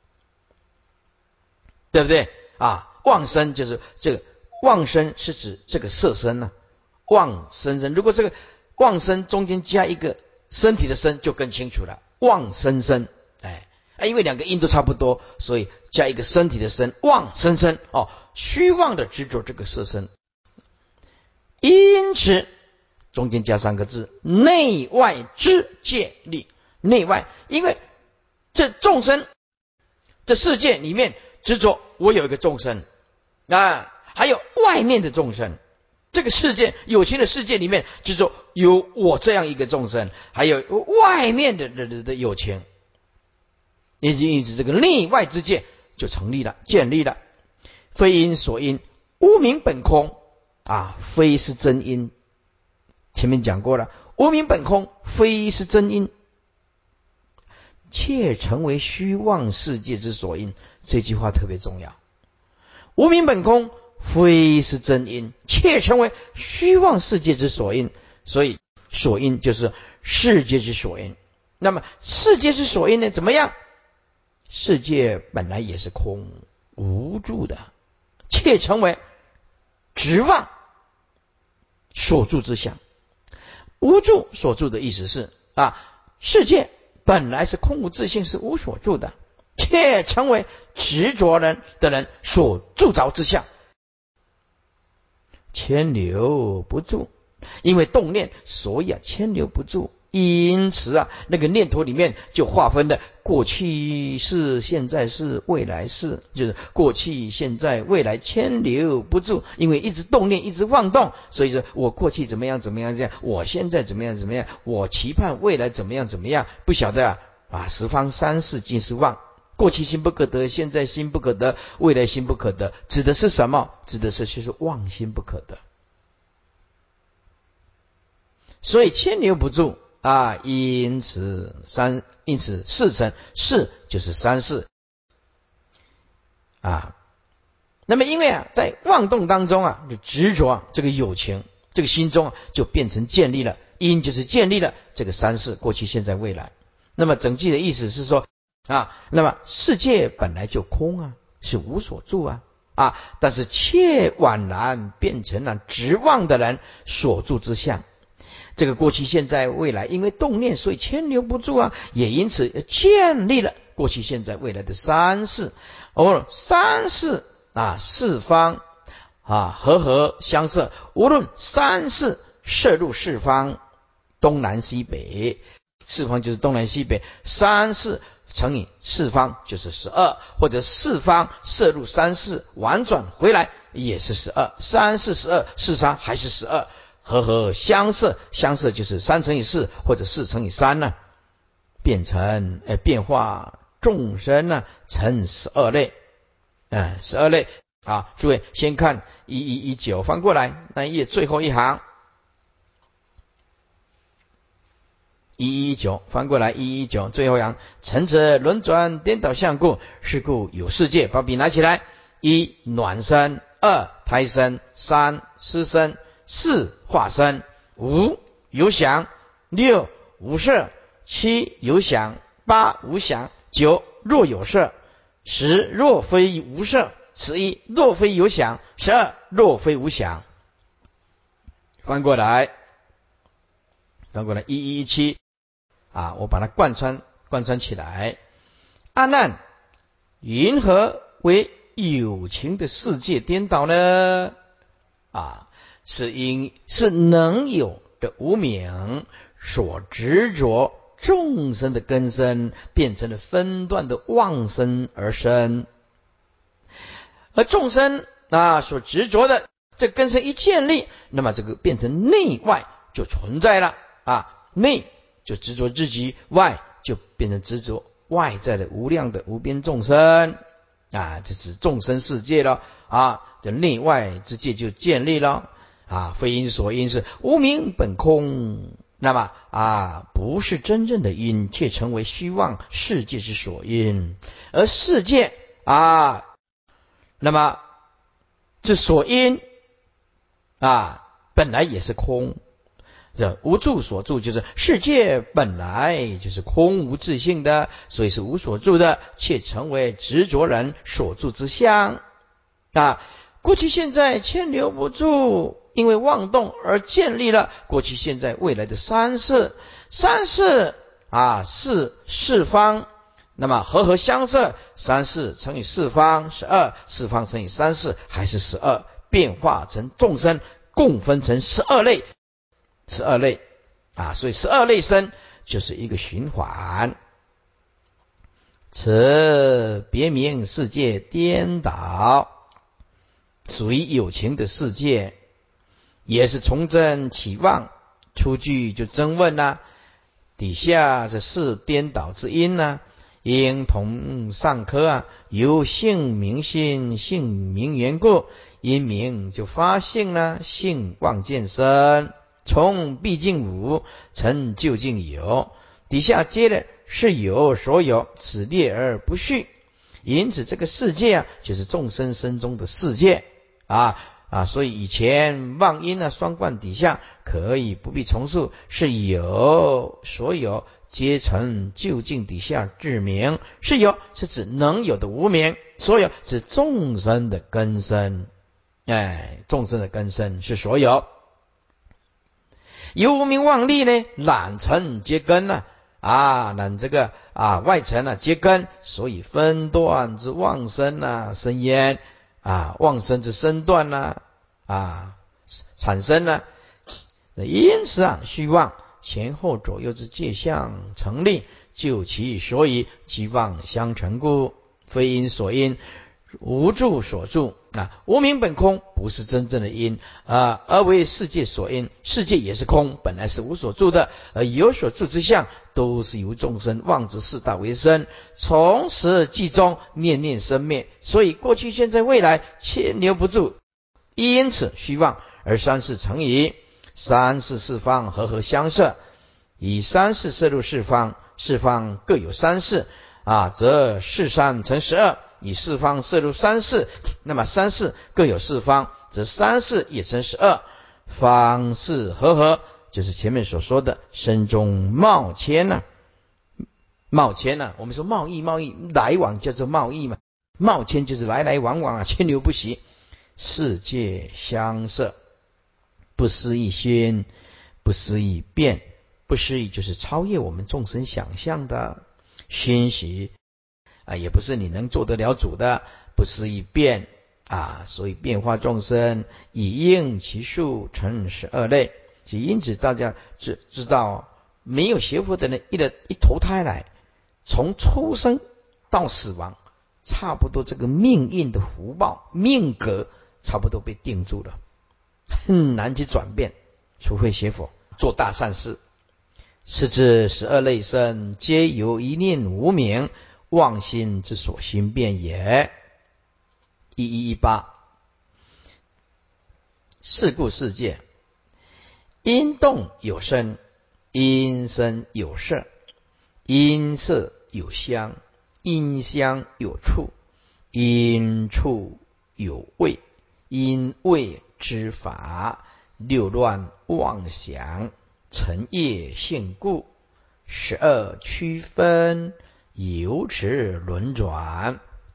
对不对啊？妄生就是这个妄生是指这个色身啊，妄生生，如果这个妄生中间加一个身体的身就更清楚了，妄生生，哎，因为两个音都差不多，所以加一个身体的身，妄生生哦，虚妄的执着这个色身，因此中间加三个字，内外之戒力，内外，因为这众生这世界里面执着我有一个众生啊，还有外面的众生。这个世界有情的世界里面执着有我这样一个众生，还有外面的的的的有情，因此这个内外之界就成立了，建立了。非因所因，无明本空啊，非是真因。前面讲过了，无明本空，非是真因，且成为虚妄世界之所因。这句话特别重要，无明本空非是真因，且成为虚妄世界之所因。所以所因就是世界之所因。那么世界之所因呢？怎么样？世界本来也是空无住的，且成为执妄所住之相。无住所住的意思是啊，世界本来是空无自性，是无所住的，且成为执着人的人所铸造之相。牵留不住，因为动念，所以啊牵留不住，因此啊那个念头里面就划分了过去是、现在是、未来是，就是过去现在未来牵留不住，因为一直动念一直妄动，所以说我过去怎么样怎么样这样，我现在怎么样怎么样，我期盼未来怎么样怎么样，不晓得啊啊十方三世尽是妄，过去心不可得，现在心不可得，未来心不可得，指的是什么？指的是就是妄心不可得。所以牵留不住啊，因此三，因此四成四就是三世啊。那么因为啊，在妄动当中啊，就执着、啊、这个有情，这个心中、啊、就变成建立了，因就是建立了这个三世，过去、现在、未来。那么整句的意思是说啊，那么世界本来就空啊，是无所住啊啊，但是却宛然变成了执妄的人所住之相。这个过去、现在、未来，因为动念，所以牵留不住啊，也因此建立了过去、现在、未来的三世。哦，三世啊，四方啊，和合相摄，无论三世摄入四方，东南西北，四方就是东南西北，三世乘以四方就是十二，或者四方摄入三世，婉转回来也是十二，三四十二，四三还是十二。和合相摄，相摄就是三乘以四或者四乘以三呢、啊，变成呃变化众生呢、啊、成十二类，嗯，十二类啊。诸位先看一一一九，翻过来那页最后一行，一一一九翻过来一一一九最后一行，成者轮转颠倒相故，是故有世界。把笔拿起来，一暖身，二胎生，三湿身，四化身，五有想，六无色，七有想，八无想，九若有色，十若非无色，十一若非有想，十二若非无想。翻过来，翻过来一一一七啊，我把它贯穿贯穿起来。阿难，云何为有情的世界颠倒呢？啊，是因是能有的无明所执着众生的根生，变成了分段的妄生而生。而众生啊所执着的这根生一建立，那么这个变成内外就存在了啊，内就执着自己，外就变成执着外在的无量的无边众生啊，这是众生世界了啊，这内外之界就建立了啊。非因所因是无明本空， 那么啊，不是真正的因，却成为虚妄世界之所因。而世界啊，那么这所因啊，本来也是空。这无住所住，就是世界本来就是空无自性的，所以是无所住的，却成为执着人所住之相啊。过去现在牵留不住，因为妄动而建立了过去现在未来的三世。三世啊是四方，那么和合相摄，三世乘以四方十二，四方乘以三世还是十二，变化成众生，共分成十二类。十二类啊，所以十二类生就是一个循环。此别名世界颠倒，属于有情的世界，也是从真起妄。出句就争问啦、啊，底下是是颠倒之因呢、啊，应同上科啊，由性名心，性名缘故，因名就发性呢、啊，性妄见生。从毕竟无成究竟有，底下接的是有所有，此列而不序。因此这个世界啊，就是众生身中的世界啊啊，所以以前妄因呢双冠底下可以不必重述，是有所有皆成究竟底下至名。是有是指能有的无名，所有是众生的根生，哎，众生的根生是所有。由无明妄力呢，染尘皆根呢、啊，啊，染这个啊外尘啊皆根，所以分段之妄生啊生焉啊，妄生之身段呐 啊, 啊产生呢、啊，因此啊虚妄前后左右之界相成立，就其所以其妄相成故，非因所因，无住所住啊，无明本空，不是真正的因啊，而为世界所因。世界也是空，本来是无所住的，而有所住之相，都是由众生妄执四大为生，从始至终，念念生灭。所以过去、现在、未来牵留不住，因此虚妄，而三世成疑，三世四方和合相摄，以三世摄入四方，四方各有三世啊，则四三乘十二。以四方摄入三世，那么三世各有四方，则三世也成十二，方式和合，就是前面所说的身中冒迁呐、啊，冒迁呐、啊，我们说贸易贸易来往叫做贸易嘛，冒迁就是来来往往啊，牵流不息，世界相摄，不思议心，不思议变，不思议就是超越我们众生想象的欣喜。啊，也不是你能做得了主的，不思议变啊，所以变化众生以应其数成十二类。即因此大家知知道，没有学佛的人一的一投胎来，从出生到死亡，差不多这个命运的福报命格差不多被定住了，很难去转变，除非学佛做大善事。是指十二类生，皆由一念无明妄心之所心变也。一一一八，是故世界因动有生，因生有色，因色有香，因香有触，因触有味，因味知法，六乱妄想，成业性故，十二区分，由此轮转。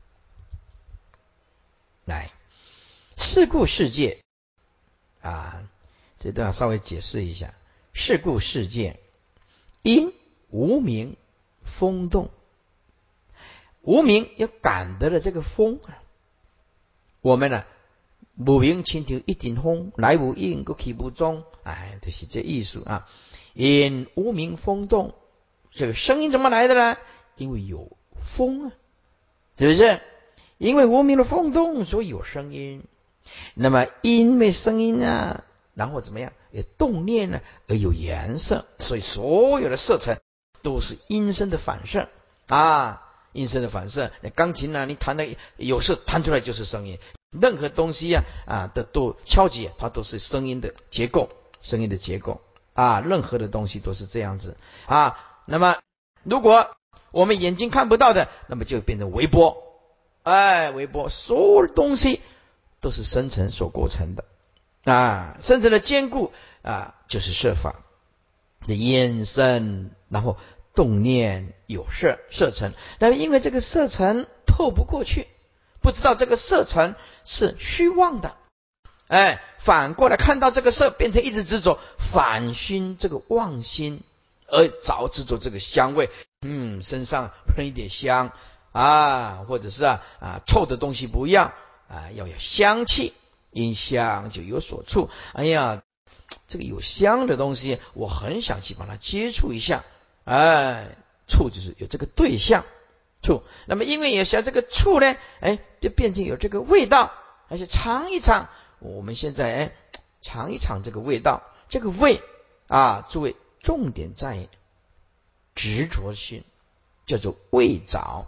来，是故世界啊，这段稍微解释一下。是故世界因无明风动，无明要感得了这个风，我们呢、啊、无明亲像一阵风，来无影，搁去无踪，哎，就是这意思啊。因无明风动，这个声音怎么来的呢？因为有风啊，是不是？因为无明的风动，所以有声音。那么因为声音啊，然后怎么样？有动念呢，而有颜色，所以所有的色彩都是音声的反射啊，音声的反射。那钢琴啊，你弹的有时弹出来就是声音，任何东西啊啊的都敲击，它都是声音的结构，声音的结构啊，任何的东西都是这样子啊。那么如果我们眼睛看不到的，那么就变成微波，哎，微波，所有的东西都是生成所构成的啊，生成的坚固啊，就是色法的延伸，然后动念有色，色尘。那么因为这个色尘透不过去，不知道这个色尘是虚妄的，哎，反过来看到这个色变成一直执着，反熏这个妄心，而着执着这个香味，嗯，身上喷一点香啊，或者是啊啊臭的东西不要啊，要有香气，因香就有所触。哎呀，这个有香的东西，我很想去把它接触一下，哎，触就是有这个对象触。那么因为有像这个触呢，哎，就变成有这个味道，而且尝一尝。我们现在哎尝一尝这个味道，这个味啊，诸位重点在执着心，叫做味着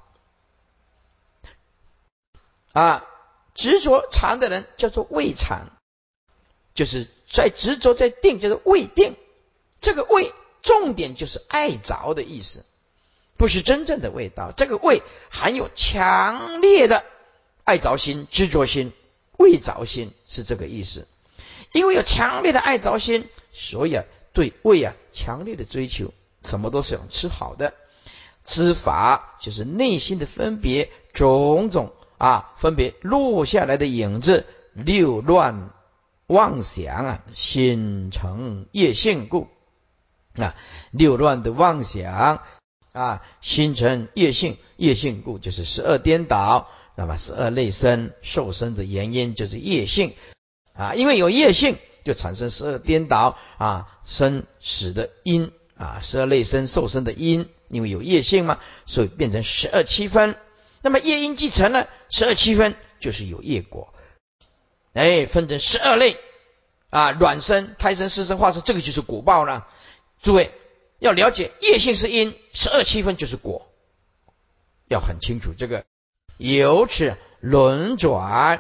啊，执着禅的人叫做味禅，就是在执着在定，叫做味定。这个味重点就是爱着的意思，不是真正的味道。这个味含有强烈的爱着心、执着心、味着心，是这个意思。因为有强烈的爱着心，所以啊，对味啊强烈的追求，什么都是想吃好的。知法就是内心的分别，种种啊分别落下来的影子，六乱妄想啊，心成业性故啊，六乱的妄想啊，心成业性，业性故就是十二颠倒。那么十二类生受生的原因就是业性啊，因为有业性就产生十二颠倒啊，生死的因啊，十二类生受生的因，因为有业性嘛，所以变成十二七分。那么业因既成了，十二七分就是有业果，哎，分成十二类啊，卵生、胎生、湿生、化生，这个就是果报了。诸位要了解，业性是因，十二七分就是果，要很清楚这个。由此轮转，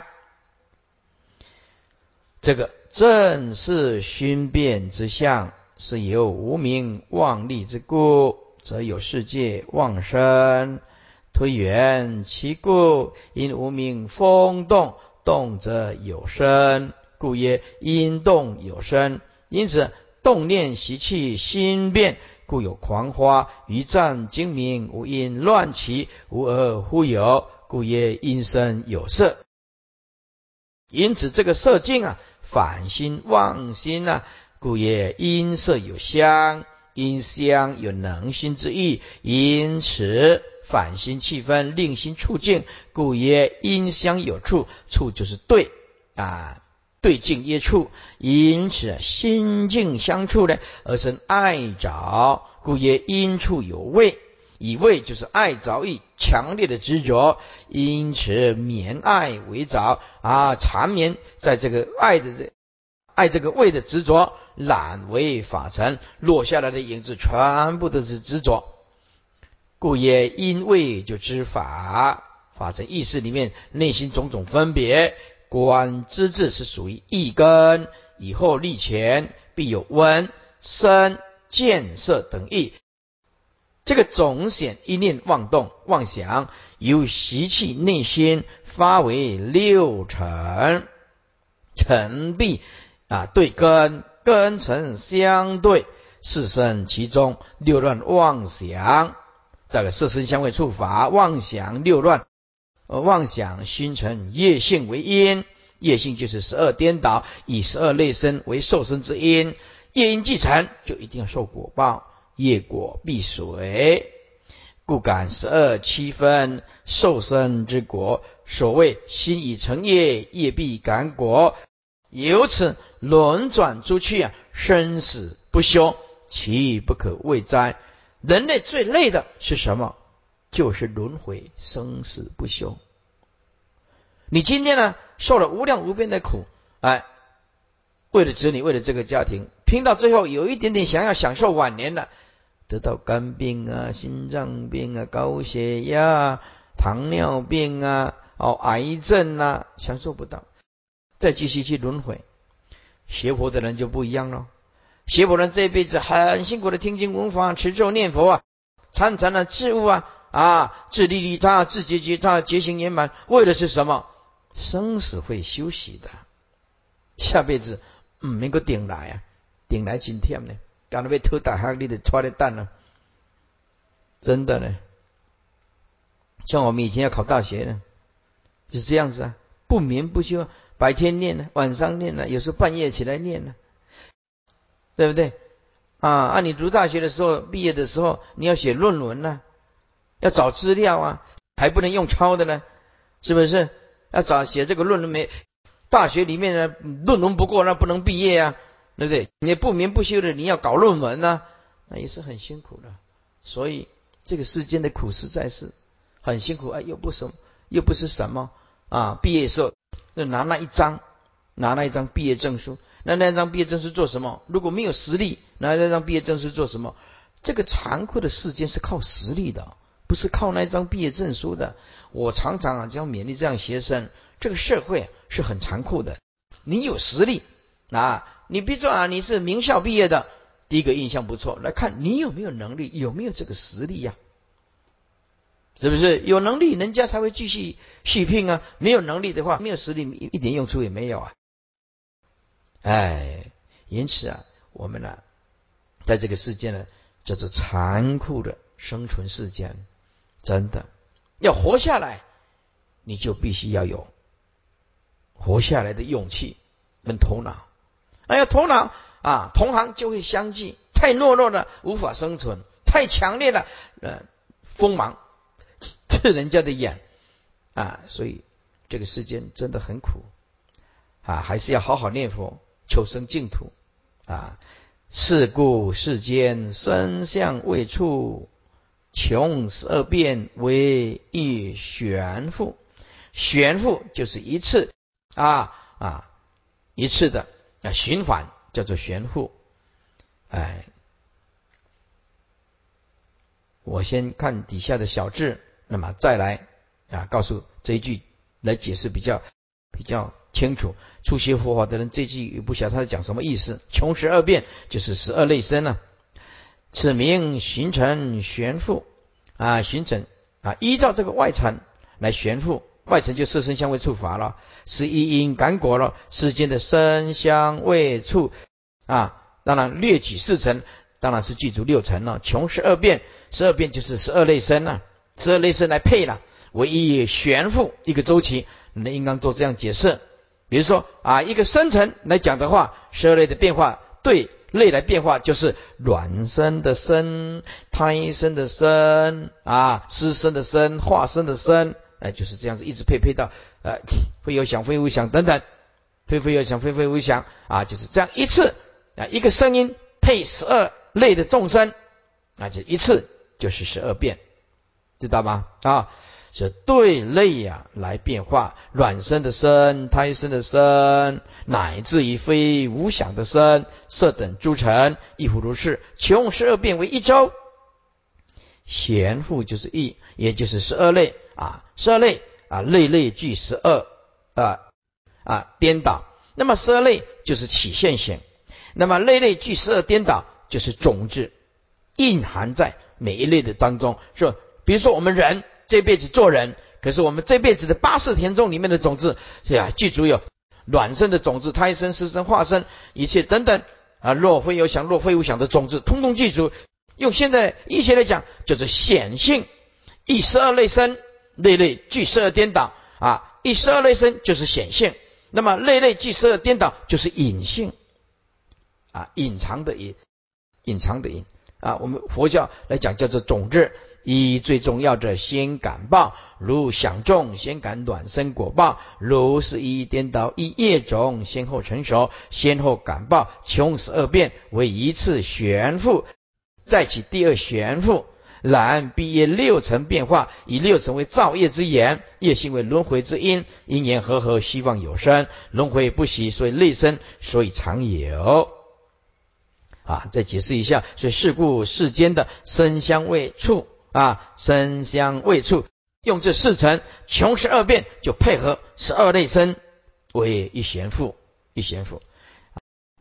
这个正是熏变之相，是由无明妄立之故，则有世界妄生。推远其故，因无明风动，动则有生，故曰因动有生。因此动念习气心变，故有狂花，于战精明，无因乱起，无而忽有，故曰因生有色。因此这个色境啊，反心妄心啊，故曰因色有香，因香有能心之意。因此反心气氛，令心触境，故曰因香有触，触就是对啊，对境曰触。因此心境相触呢，而生爱着，故曰因触有味。以味就是爱着意强烈的执着，因此绵爱为着啊，缠绵在这个爱的这爱这个味的执着，染为法尘，落下来的影子全部都是执着，故曰因味就知法。法尘意识里面内心种种分别，观知智是属于意根，以后立前必有闻声见色等意。这个总显一念妄动妄想，由习气内心发为六尘，尘必啊对根，根尘相对，四生其中，六乱妄想。这个色身相位触法，妄想六乱，呃，妄想熏成业性为因，业性就是十二颠倒，以十二类生为受生之因，业因既成，就一定要受果报。业果必随，故感十二七分受生之果。所谓心已成业，业必感果。由此轮转诸趣啊，生死不休，其不可谓哉。人类最累的是什么？就是轮回，生死不休。你今天呢，受了无量无边的苦，哎，为了子女，为了这个家庭，拼到最后有一点点想要享受晚年了，得到肝病啊、心脏病啊、高血压啊、糖尿病啊、哦癌症啊，享受不到，再继续去轮回。学佛的人就不一样了， 学佛人这一辈子很辛苦的听经闻法，持咒念佛啊，参禅啊，治悟啊，啊，自利利他，自觉觉他，觉行圆满，为的是什么？生死会休息的，下辈子唔免个顶来啊，顶来真忝呢，干到要偷大学你就拖咧蛋了，真的呢。像我们以前要考大学呢，就是这样子啊，不眠不休，白天念呢，晚上念呢，有时候半夜起来念呢，对不对？啊，按、啊、你读大学的时候，毕业的时候，你要写论文呢、啊，要找资料啊，还不能用抄的呢，是不是？要找写这个论文没？大学里面呢，论文不过那不能毕业啊，对不对？你不眠不休的，你要搞论文呢、啊，那也是很辛苦的。所以这个世间的苦实在是很辛苦，哎，又不什么，又不是什么啊！毕业的时候就拿那一张，拿那一张毕业证书，那那张毕业证书做什么？如果没有实力，拿那张毕业证书做什么？这个残酷的世间是靠实力的，不是靠那张毕业证书的。我常常啊，就要勉励这样学生，这个社会是很残酷的。你有实力啊，你比如说啊，你是名校毕业的，第一个印象不错，来看你有没有能力，有没有这个实力呀、啊？是不是有能力，人家才会继续续聘啊？没有能力的话，没有实力，一点用处也没有啊！哎，因此啊，我们呢、啊，在这个世界呢，叫做残酷的生存世间，真的要活下来，你就必须要有活下来的勇气跟头脑。哎呀，头脑啊，同行就会相继，太懦弱了无法生存，太强烈了，呃，锋芒刺人家的眼啊，所以这个世间真的很苦啊，还是要好好念佛，求生净土啊。是故世间生相未处，穷十二变为一旋复。旋复就是一次啊啊一次的啊循环，叫做旋复。哎，我先看底下的小字，那么再来啊告诉这一句来解释比较比较清楚。初学佛法的人这句也不晓得他在讲什么意思。穷十二变就是十二类生啊，此名形成旋复啊，形成啊，依照这个外层来旋复。外层就色声香味触法了，是一因感果了，世间的声香味触啊，当然略举四层，当然是具足六层了。穷十二变，十二变就是十二类生啊，十二类生来配了，为一旋复一个周期，那应当做这样解释。比如说啊，一个生层来讲的话，十二类的变化对类来变化，就是卵生的生、胎生的生啊、湿生的生、化生的生。哎，就是这样子，一直配配到呃，非有想非无想等等，非非有想非非无想啊，就是这样一次啊，一个声音配十二类的众生，啊，就一次就是十二变，知道吗？啊，是对类呀、啊、来变化，卵生的生、胎生的生，乃至于非无想的生，色等诸尘，亦复如是，穷十二变为一周。旋复就是一，也就是十二类啊，十二类啊，类类具十二啊啊颠倒。那么十二类就是起现行，那么类类具十二颠倒就是种子，蕴含在每一类的当中。是，比如说我们人这辈子做人，可是我们这辈子的八识田中里面的种子，呀，具足有卵生的种子、胎生、湿生、化生，一切等等啊，若非有想，若非无想的种子，通通具足。用现在医学来讲，就是显性，一十二类生，类类具十二颠倒啊，一十二类生就是显性，那么类类具十二颠倒就是隐性啊，隐藏的隐，隐藏的隐啊，我们佛教来讲叫做种子。一最重要的先感报，如想种先感卵生果报，如是一颠倒一业种先后成熟，先后感报，穷十二变为一次旋复，再起第二旋复。然必业六层变化，以六层为造业之言，业性为轮回之因，因缘和合，希望有生，轮回不息，所以类生，所以常有。啊，再解释一下，所以是故世间的声香味触啊，声香味触，用这四层穷十二变，就配合十二类生为一旋复，一旋复。